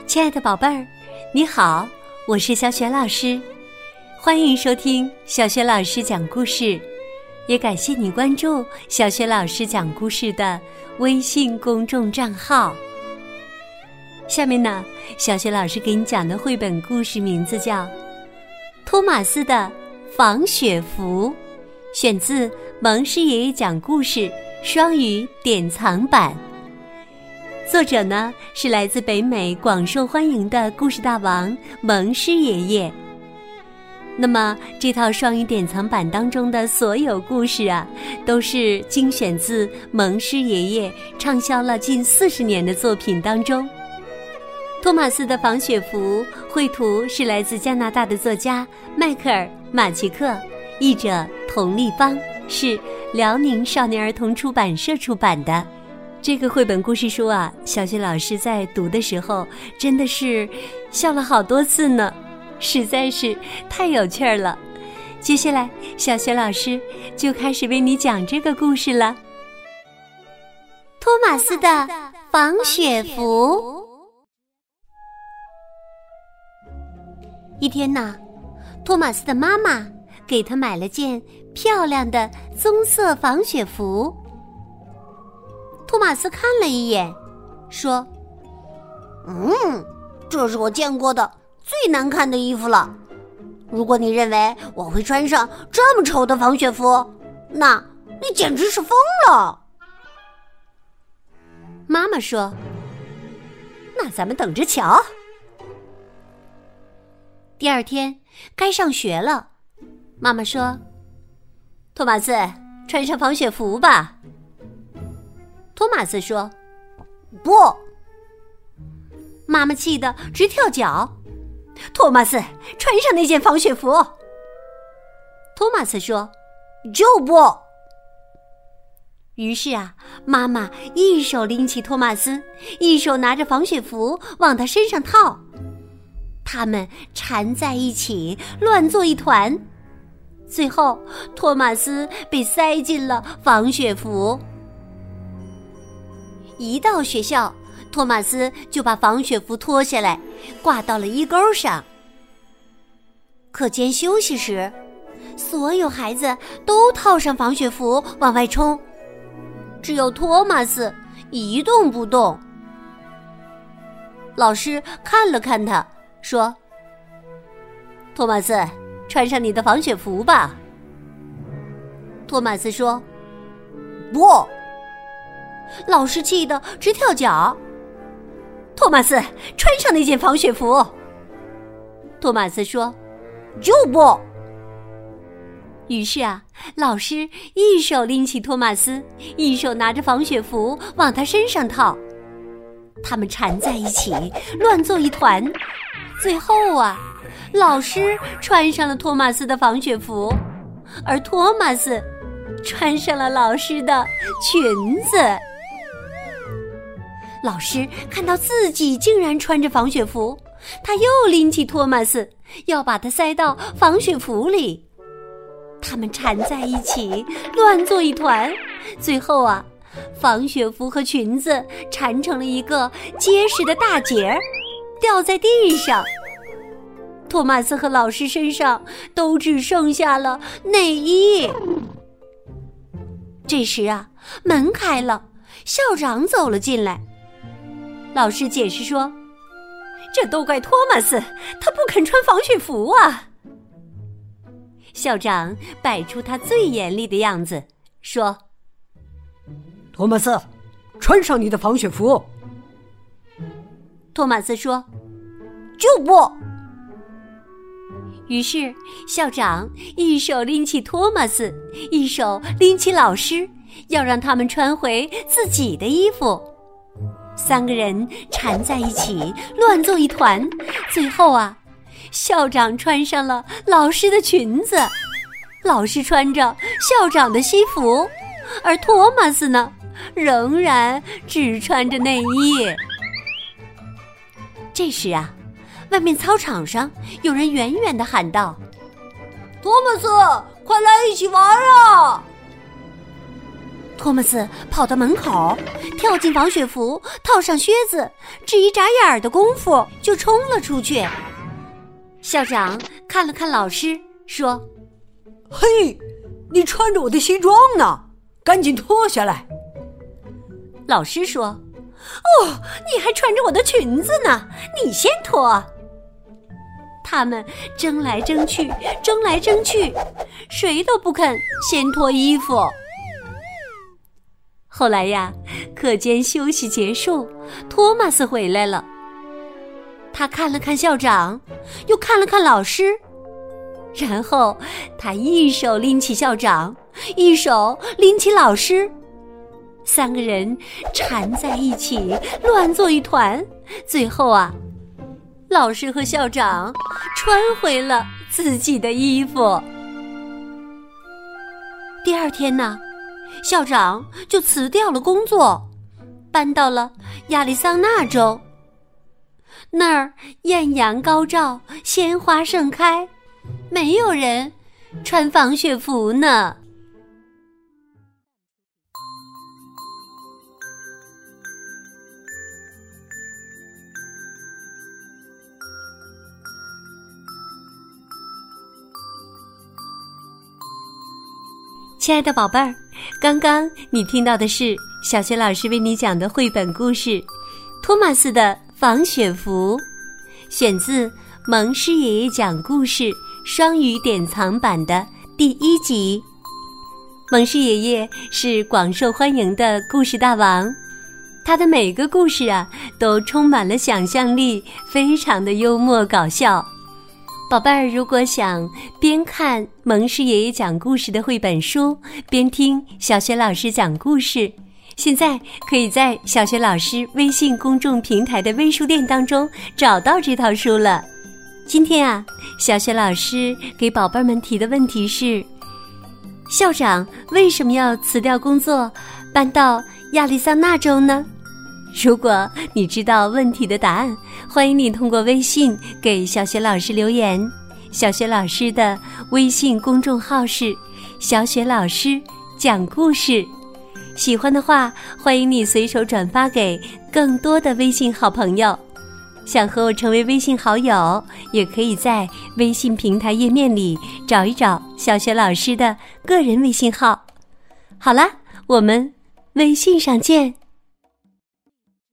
亲爱的宝贝儿，你好，我是小雪老师，欢迎收听小雪老师讲故事，也感谢你关注小雪老师讲故事的微信公众账号。下面呢，小雪老师给你讲的绘本故事名字叫《托马斯的防雪服》，选自蒙师爷爷讲故事双语典藏版。作者呢是来自北美广受欢迎的故事大王蒙师爷爷。那么这套双语典藏版当中的所有故事啊，都是精选自蒙师爷爷畅销了近40年的作品当中。托马斯的防雪服绘图是来自加拿大的作家迈克尔·马奇克，译者佟丽芳，是辽宁少年儿童出版社出版的。这个绘本故事书啊，小雪老师在读的时候真的是笑了好多次呢，实在是太有趣了。接下来小雪老师就开始为你讲这个故事了。托马斯的防雪服。一天呢，托马斯的妈妈给他买了件漂亮的棕色防雪服。托马斯看了一眼，说： 这是我见过的最难看的衣服了。如果你认为我会穿上这么丑的防雪服，那你简直是疯了。 妈妈说：那咱们等着瞧。第二天该上学了，妈妈说：托马斯，穿上防雪服吧。托马斯说： 不。 妈妈气得直跳脚。托马斯，穿上那件防雪服。托马斯说： 就不。 于是啊，妈妈一手拎起托马斯，一手拿着防雪服往他身上套。他们缠在一起，乱作一团。最后，托马斯被塞进了防雪服。一到学校，托马斯就把防雪服脱下来，挂到了衣钩上。课间休息时，所有孩子都套上防雪服往外冲，只有托马斯一动不动。老师看了看他，说：托马斯，穿上你的防雪服吧。托马斯说： 不。 老师气得直跳脚。托马斯，穿上那件防雪服。托马斯说： 就不。 于是啊，老师一手拎起托马斯，一手拿着防雪服往他身上套。他们缠在一起，乱作一团。最后啊，老师穿上了托马斯的防雪服，而托马斯穿上了老师的裙子。老师看到自己竟然穿着防雪服，他又拎起托马斯，要把他塞到防雪服里。他们缠在一起，乱作一团。最后啊，防雪服和裙子缠成了一个结实的大结，掉在地上。托马斯和老师身上都只剩下了内衣。这时啊，门开了，校长走了进来。老师解释说：这都怪托马斯，他不肯穿防雪服啊。校长摆出他最严厉的样子，说： 托马斯，穿上你的防雪服。 托马斯说： 就不。 于是校长一手拎起托马斯，一手拎起老师，要让他们穿回自己的衣服。3个人缠在一起，乱作一团。最后啊，校长穿上了老师的裙子，老师穿着校长的西服，而托马斯呢，仍然只穿着内衣。这时啊，外面操场上有人远远地喊道： 托马斯，快来一起玩啊！ 托马斯跑到门口，跳进防雪服，套上靴子，只一眨眼的功夫就冲了出去。校长看了看老师，说：“ 嘿，你穿着我的西装呢，赶紧脱下来。” 老师说：“哦，你还穿着我的裙子呢，你先脱。”他们争来争去，谁都不肯先脱衣服。后来呀，课间休息结束，托马斯回来了。他看了看校长，又看了看老师，然后他一手拎起校长，一手拎起老师，3个人缠在一起，乱作一团。最后啊，老师和校长穿回了自己的衣服。第二天呢，校长就辞掉了工作，搬到了亚利桑那州。那儿艳阳高照，鲜花盛开，没有人穿防雪服呢。亲爱的宝贝儿，刚刚你听到的是小学老师为你讲的绘本故事《托马斯的防雪服》，选自蒙师爷爷讲故事双语典藏版的第1集。蒙师爷爷是广受欢迎的故事大王，他的每个故事啊都充满了想象力，非常的幽默搞笑。宝贝儿，如果想边看蒙师爷爷讲故事的绘本书，边听小学老师讲故事，现在可以在小学老师微信公众平台的微书店当中找到这套书了。今天啊，小学老师给宝贝们提的问题是：校长为什么要辞掉工作，搬到亚利桑那州呢？如果你知道问题的答案，欢迎你通过微信给小学老师留言。小学老师的微信公众号是小雪老师讲故事，喜欢的话欢迎你随手转发给更多的微信好朋友。想和我成为微信好友，也可以在微信平台页面里找一找小雪老师的个人微信号。好啦，我们微信上见。